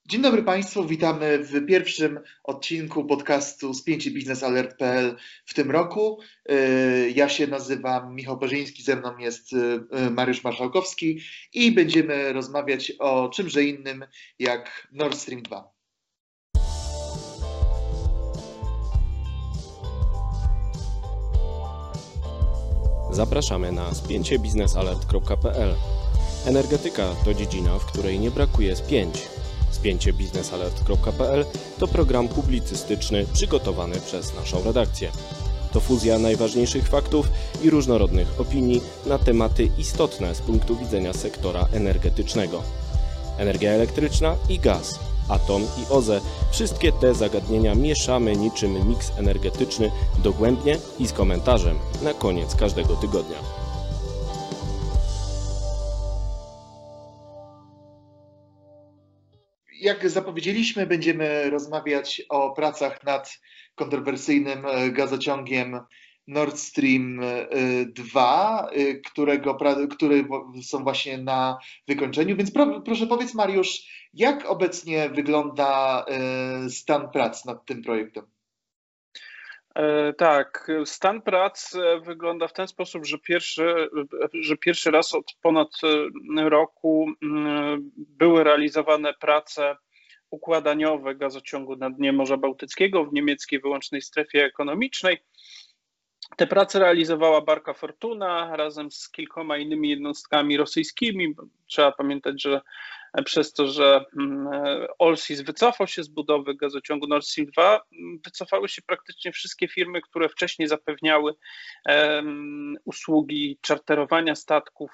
Dzień dobry Państwu, witamy w pierwszym odcinku podcastu Spięcie Biznesalert.pl w tym roku. Ja się nazywam Michał Perzyński, ze mną jest Mariusz Marszałkowski i będziemy rozmawiać o czymże innym jak Nord Stream 2. Zapraszamy na spięciebiznesalert.pl. Energetyka to dziedzina, w której nie brakuje spięć. Spięciebiznesalert.pl to program publicystyczny przygotowany przez naszą redakcję. To fuzja najważniejszych faktów i różnorodnych opinii na tematy istotne z punktu widzenia sektora energetycznego. Energia elektryczna i gaz, atom i OZE, wszystkie te zagadnienia mieszamy niczym miks energetyczny dogłębnie i z komentarzem na koniec każdego tygodnia. Jak zapowiedzieliśmy, będziemy rozmawiać o pracach nad kontrowersyjnym gazociągiem Nord Stream 2, które są właśnie na wykończeniu. Więc proszę powiedz, Mariusz, jak obecnie wygląda stan prac nad tym projektem? Tak, stan prac wygląda w ten sposób, że pierwszy raz od ponad roku były realizowane prace układaniowe gazociągu na dnie Morza Bałtyckiego w niemieckiej wyłącznej strefie ekonomicznej. Te prace realizowała Barca Fortuna razem z kilkoma innymi jednostkami rosyjskimi. Trzeba pamiętać, że przez to, że Allseas wycofał się z budowy gazociągu Nord Stream 2, wycofały się praktycznie wszystkie firmy, które wcześniej zapewniały usługi czarterowania statków,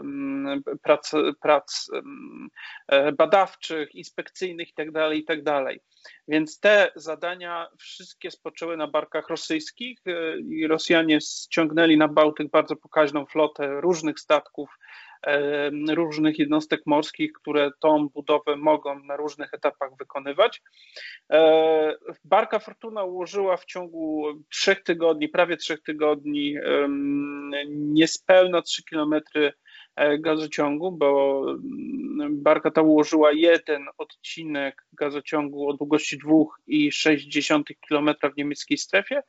prac badawczych, inspekcyjnych itd. Więc te zadania wszystkie spoczęły na barkach rosyjskich i Rosjanie ściągnęli na Bałtyk bardzo pokaźną flotę różnych statków, różnych jednostek morskich, które tą budowę mogą na różnych etapach wykonywać. Barca Fortuna ułożyła w ciągu 3 tygodni, prawie 3 tygodni, niespełna 3 kilometry gazociągu, bo Barca ta ułożyła jeden odcinek gazociągu o długości 2,6 km w niemieckiej strefie.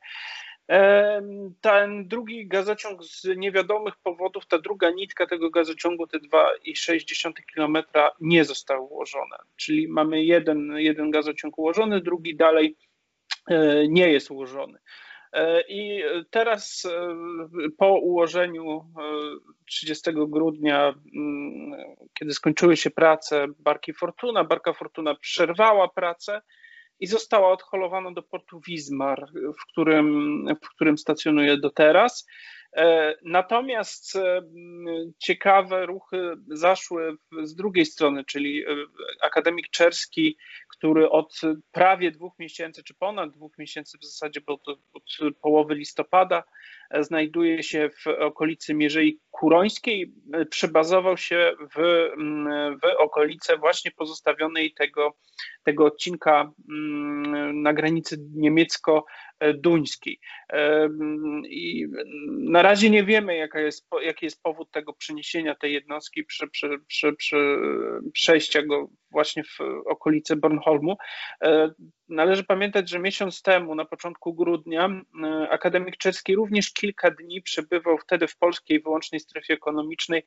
Ten drugi gazociąg z niewiadomych powodów, ta druga nitka tego gazociągu, te 2,6 km nie zostały ułożone. Czyli mamy jeden gazociąg ułożony, drugi dalej nie jest ułożony. I teraz po ułożeniu 30 grudnia, kiedy skończyły się prace Barca Fortuna przerwała pracę i została odholowana do portu Wismar, w którym stacjonuje do teraz. Natomiast ciekawe ruchy zaszły z drugiej strony, czyli akademik czerski, który od prawie 2 miesięcy, czy ponad 2 miesięcy w zasadzie, bo to od połowy listopada, znajduje się w okolicy Mierzei Kurońskiej, przebazował się w okolice właśnie pozostawionej tego odcinka na granicy niemiecko-duńskiej. I na razie nie wiemy, jaki jest powód tego przeniesienia tej jednostki, przejścia go właśnie w okolice Bornholmu. Należy pamiętać, że miesiąc temu, na początku grudnia, akademik czeski również kilka dni przebywał wtedy w polskiej wyłącznej strefie ekonomicznej.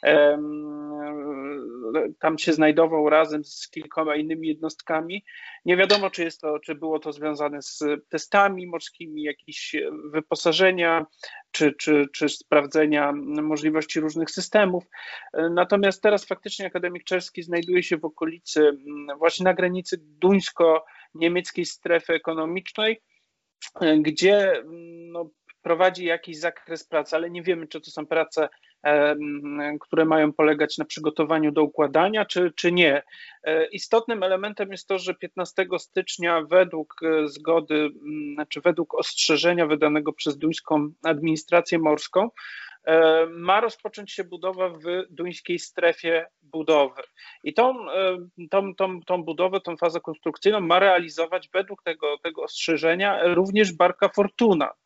Tam się znajdował razem z kilkoma innymi jednostkami. Nie wiadomo, czy było to związane z testami morskimi, jakieś wyposażenia, czy sprawdzenia możliwości różnych systemów. Natomiast teraz faktycznie akademik czeski znajduje się w okolicy, właśnie na granicy duńsko-niemieckiej strefy ekonomicznej, gdzie prowadzi jakiś zakres pracy, ale nie wiemy, czy to są prace, które mają polegać na przygotowaniu do układania, czy nie. Istotnym elementem jest to, że 15 stycznia według zgody, według ostrzeżenia wydanego przez duńską administrację morską, ma rozpocząć się budowa w duńskiej strefie budowy. I tą budowę, tą fazę konstrukcyjną ma realizować według tego ostrzeżenia również Barca Fortuna.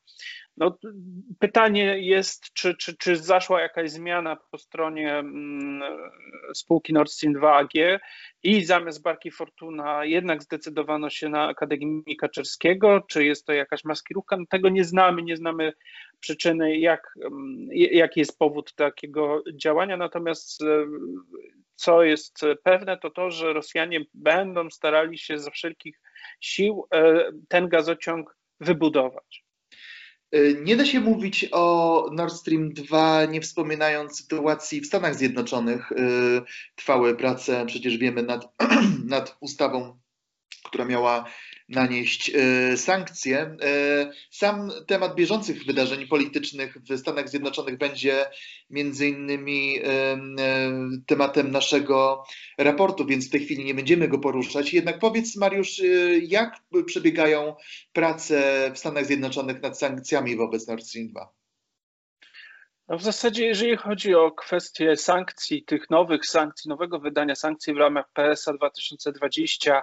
No, pytanie jest, czy zaszła jakaś zmiana po stronie spółki Nord Stream 2 AG i zamiast Barki Fortuna jednak zdecydowano się na akademika Czerskiego, czy jest to jakaś maskirówka? No, tego nie znamy przyczyny, jaki jest powód takiego działania, natomiast co jest pewne, to to, że Rosjanie będą starali się ze wszelkich sił ten gazociąg wybudować. Nie da się mówić o Nord Stream 2, nie wspominając sytuacji w Stanach Zjednoczonych. Trwały prace, przecież wiemy, nad ustawą, która miała nanieść sankcje. Sam temat bieżących wydarzeń politycznych w Stanach Zjednoczonych będzie między innymi tematem naszego raportu, więc w tej chwili nie będziemy go poruszać. Jednak powiedz, Mariusz, jak przebiegają prace w Stanach Zjednoczonych nad sankcjami wobec Nord Stream 2? No w zasadzie, jeżeli chodzi o kwestię sankcji, tych nowych sankcji, nowego wydania sankcji w ramach PSA 2020,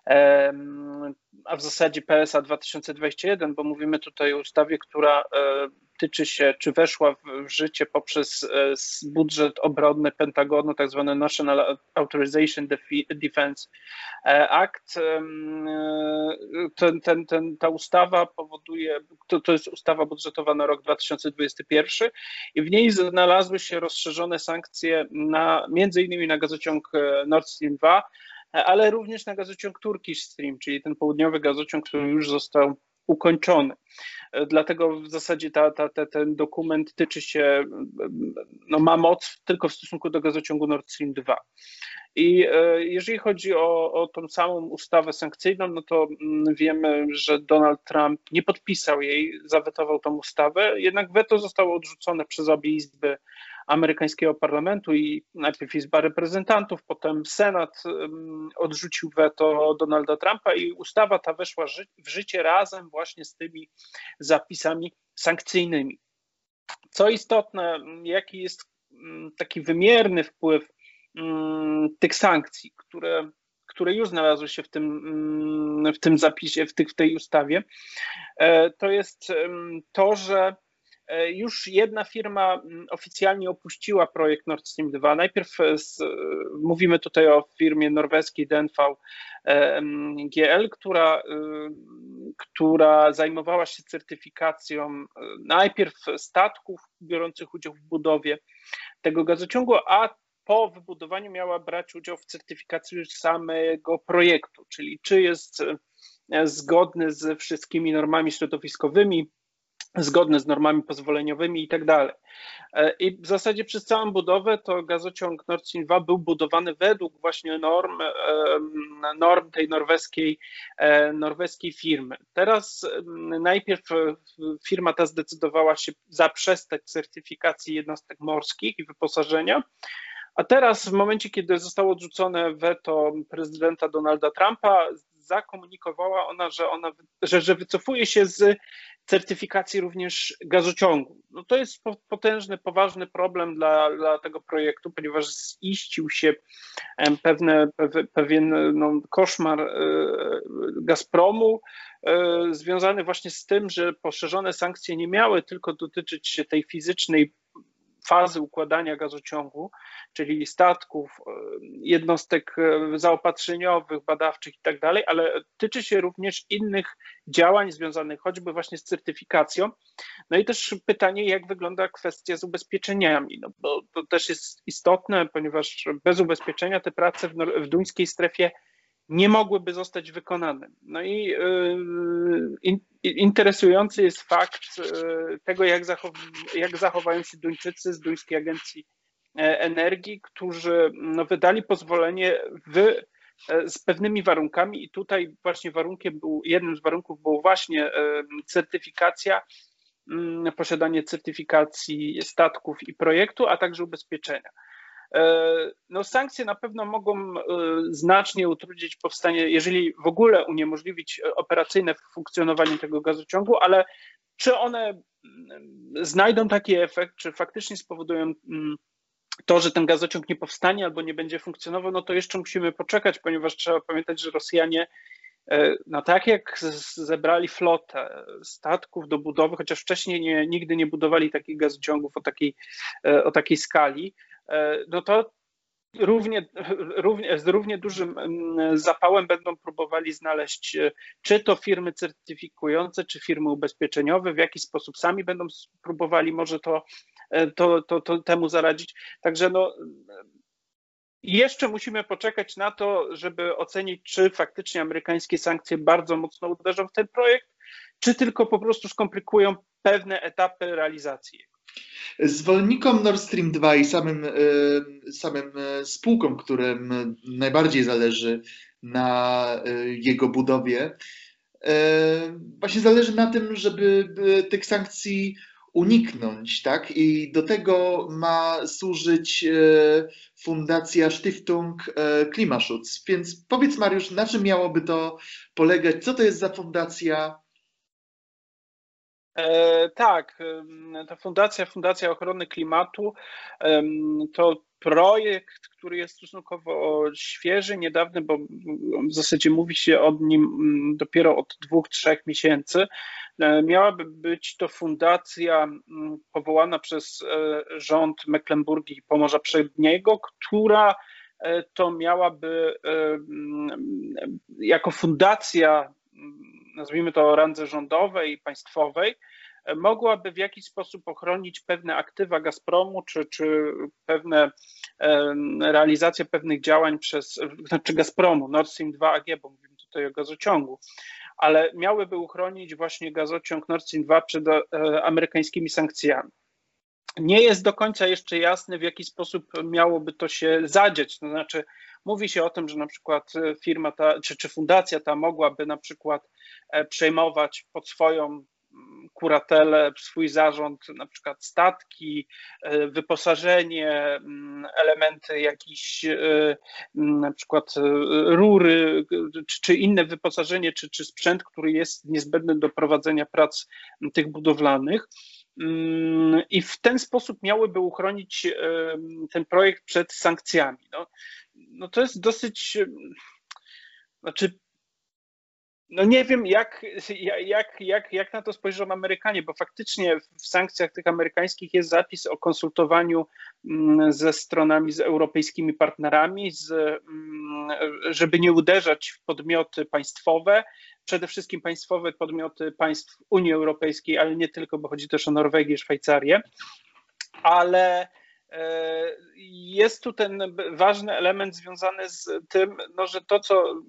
a w zasadzie PSA 2021, bo mówimy tutaj o ustawie, która tyczy się, czy weszła w życie poprzez budżet obronny Pentagonu, tak zwany National Authorization Defense Act. Ta ustawa powoduje, to jest ustawa budżetowa na rok 2021 i w niej znalazły się rozszerzone sankcje między innymi na gazociąg Nord Stream 2, ale również na gazociąg Turkish Stream, czyli ten południowy gazociąg, który już został ukończony. Dlatego w zasadzie ten dokument tyczy się, ma moc tylko w stosunku do gazociągu Nord Stream 2. I jeżeli chodzi o tą samą ustawę sankcyjną, no to wiemy, że Donald Trump nie podpisał jej, zawetował tą ustawę, jednak weto zostało odrzucone przez obie izby amerykańskiego parlamentu i najpierw Izba Reprezentantów, potem Senat odrzucił weto Donalda Trumpa i ustawa ta weszła w życie razem właśnie z tymi zapisami sankcyjnymi. Co istotne, jaki jest taki wymierny wpływ tych sankcji, które już znalazły się w tym zapisie, w tej ustawie, to jest to, że już jedna firma oficjalnie opuściła projekt Nord Stream 2. Najpierw mówimy tutaj o firmie norweskiej DNV GL, która zajmowała się certyfikacją najpierw statków biorących udział w budowie tego gazociągu, a po wybudowaniu miała brać udział w certyfikacji już samego projektu, czyli czy jest zgodny ze wszystkimi normami środowiskowymi, zgodne z normami pozwoleniowymi i tak dalej. I w zasadzie przez całą budowę to gazociąg Nord Stream 2 był budowany według właśnie norm tej norweskiej firmy. Teraz najpierw firma ta zdecydowała się zaprzestać certyfikacji jednostek morskich i wyposażenia, a teraz w momencie, kiedy zostało odrzucone weto prezydenta Donalda Trumpa, zakomunikowała ona, że wycofuje się z certyfikacji również gazociągu. No to jest potężny, poważny problem dla tego projektu, ponieważ ziścił się pewien koszmar Gazpromu związany właśnie z tym, że poszerzone sankcje nie miały tylko dotyczyć się tej fizycznej fazy układania gazociągu, czyli statków, jednostek zaopatrzeniowych, badawczych i tak dalej, ale tyczy się również innych działań związanych choćby właśnie z certyfikacją. No i też pytanie, jak wygląda kwestia z ubezpieczeniami, no bo to też jest istotne, ponieważ bez ubezpieczenia te prace w duńskiej strefie nie mogłyby zostać wykonane. No i interesujący jest fakt tego, jak zachowają się Duńczycy z Duńskiej Agencji Energii, którzy wydali pozwolenie z pewnymi warunkami i tutaj właśnie jednym z warunków było właśnie certyfikacja, posiadanie certyfikacji statków i projektu, a także ubezpieczenia. No, sankcje na pewno mogą znacznie utrudnić powstanie, jeżeli w ogóle uniemożliwić operacyjne funkcjonowanie tego gazociągu, ale czy one znajdą taki efekt, czy faktycznie spowodują to, że ten gazociąg nie powstanie albo nie będzie funkcjonował, no to jeszcze musimy poczekać, ponieważ trzeba pamiętać, że Rosjanie No tak jak zebrali flotę statków do budowy, chociaż wcześniej nigdy nie budowali takich gazociągów o takiej skali, no to z równie dużym zapałem będą próbowali znaleźć, czy to firmy certyfikujące, czy firmy ubezpieczeniowe, w jaki sposób sami będą próbowali może to temu zaradzić. Także no, jeszcze musimy poczekać na to, żeby ocenić, czy faktycznie amerykańskie sankcje bardzo mocno uderzą w ten projekt, czy tylko po prostu skomplikują pewne etapy realizacji. Zwolennikom Nord Stream 2 i samym spółkom, którym najbardziej zależy na jego budowie, właśnie zależy na tym, żeby tych sankcji uniknąć, tak? I do tego ma służyć fundacja Stiftung Klimaschutz. Więc powiedz, Mariusz, na czym miałoby to polegać? Co to jest za fundacja? Tak, ta Fundacja Ochrony Klimatu to projekt, który jest stosunkowo świeży, niedawny, bo w zasadzie mówi się o nim dopiero od 2-3 miesięcy. Miałaby być to fundacja powołana przez rząd Mecklenburgii i Pomorza Przedniego, która to miałaby jako fundacja, nazwijmy to o randze rządowej i państwowej, mogłaby w jakiś sposób ochronić pewne aktywa Gazpromu, czy pewne realizację pewnych działań znaczy Gazpromu, Nord Stream 2 AG, bo mówimy tutaj o gazociągu, ale miałyby uchronić właśnie gazociąg Nord Stream 2 przed amerykańskimi sankcjami. Nie jest do końca jeszcze jasne, w jaki sposób miałoby to się zadziać, to znaczy mówi się o tym, że na przykład firma ta, czy fundacja ta mogłaby na przykład przejmować pod swoją kuratelę, swój zarząd, na przykład statki, wyposażenie, elementy jakieś, na przykład rury, czy inne wyposażenie, czy sprzęt, który jest niezbędny do prowadzenia prac tych budowlanych. I w ten sposób miałyby uchronić ten projekt przed sankcjami. No to jest dosyć, znaczy, no nie wiem, jak na to spojrzą Amerykanie, bo faktycznie w sankcjach tych amerykańskich jest zapis o konsultowaniu ze stronami, z europejskimi partnerami, żeby nie uderzać w podmioty państwowe, przede wszystkim państwowe podmioty państw Unii Europejskiej, ale nie tylko, bo chodzi też o Norwegię, Szwajcarię, ale jest tu ten ważny element związany z tym, no, że to, co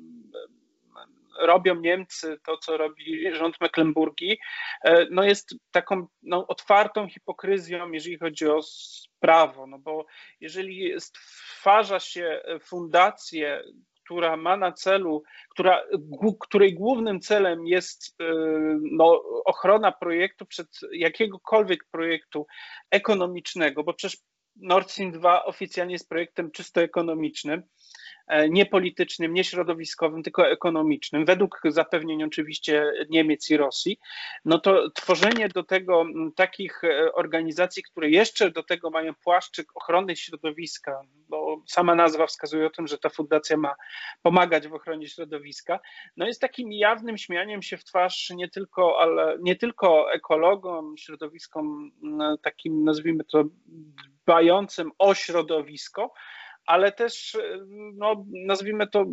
robią Niemcy, to co robi rząd Mecklenburgii, no jest taką otwartą hipokryzją, jeżeli chodzi o prawo, no bo jeżeli stwarza się fundację, która ma na celu, której głównym celem jest ochrona projektu przed jakiegokolwiek projektu ekonomicznego, bo przecież Nord Stream 2 oficjalnie jest projektem czysto ekonomicznym, nie politycznym, nie środowiskowym, tylko ekonomicznym, według zapewnień oczywiście Niemiec i Rosji, no to tworzenie do tego takich organizacji, które jeszcze do tego mają płaszczyk ochrony środowiska, bo sama nazwa wskazuje o tym, że ta fundacja ma pomagać w ochronie środowiska, no jest takim jawnym śmianiem się w twarz nie tylko ekologom, środowiskom takim, nazwijmy to, dbającym o środowisko, ale też, no, nazwijmy to,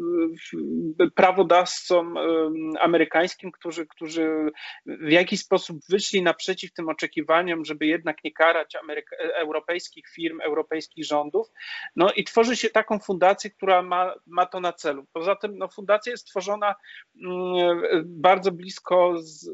prawodawcom amerykańskim, którzy w jakiś sposób wyszli naprzeciw tym oczekiwaniom, żeby jednak nie karać europejskich firm, europejskich rządów. No i tworzy się taką fundację, która ma to na celu. Poza tym no, fundacja jest tworzona bardzo blisko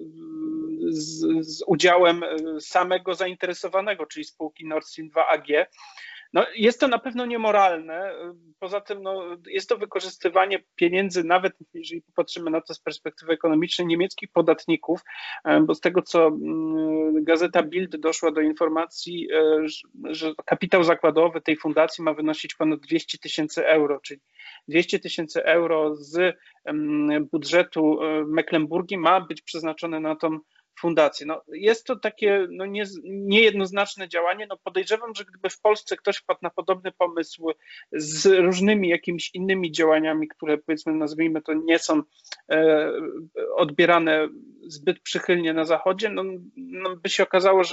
z udziałem samego zainteresowanego, czyli spółki Nord Stream 2 AG. No, jest to na pewno niemoralne, poza tym no, jest to wykorzystywanie pieniędzy, nawet jeżeli popatrzymy na to z perspektywy ekonomicznej, niemieckich podatników, bo z tego co gazeta Bild doszła do informacji, że kapitał zakładowy tej fundacji ma wynosić ponad 200 000 euro, czyli 200 000 euro z budżetu Mecklenburgii ma być przeznaczone na tą fundację. No, jest to takie niejednoznaczne działanie. No, podejrzewam, że gdyby w Polsce ktoś wpadł na podobny pomysł z różnymi jakimiś innymi działaniami, które powiedzmy nazwijmy to nie są odbierane zbyt przychylnie na Zachodzie, no by się okazało,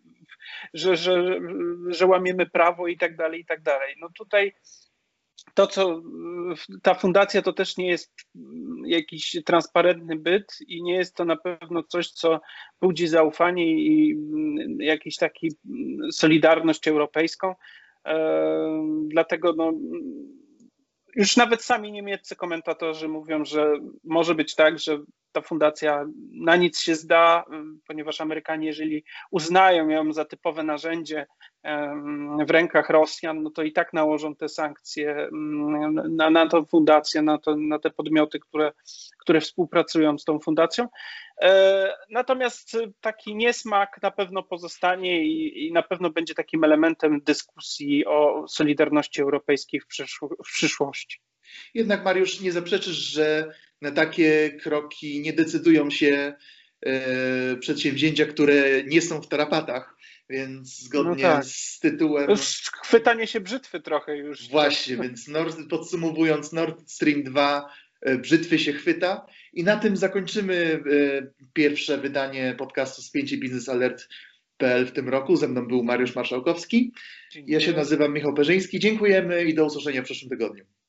że łamiemy prawo i tak dalej, i tak dalej. No tutaj to, co ta fundacja, to też nie jest jakiś transparentny byt i nie jest to na pewno coś, co budzi zaufanie i jakiś taki solidarność europejską. Dlatego już nawet sami niemieccy komentatorzy mówią, że może być tak, że ta fundacja na nic się zda, ponieważ Amerykanie, jeżeli uznają ją za typowe narzędzie w rękach Rosjan, no to i tak nałożą te sankcje na tę fundację, na te podmioty, które współpracują z tą fundacją. Natomiast taki niesmak na pewno pozostanie i na pewno będzie takim elementem dyskusji o solidarności europejskiej w przyszłości. Jednak, Mariusz, nie zaprzeczysz, że na takie kroki nie decydują się przedsięwzięcia, które nie są w tarapatach, więc zgodnie z tytułem... Już chwytanie się brzytwy trochę już. Właśnie, więc podsumowując, Nord Stream 2 brzytwy się chwyta i na tym zakończymy pierwsze wydanie podcastu Spięcie Biznes Alert.pl w tym roku. Ze mną był Mariusz Marszałkowski. Ja się nazywam Michał Perzyński. Dziękujemy i do usłyszenia w przyszłym tygodniu.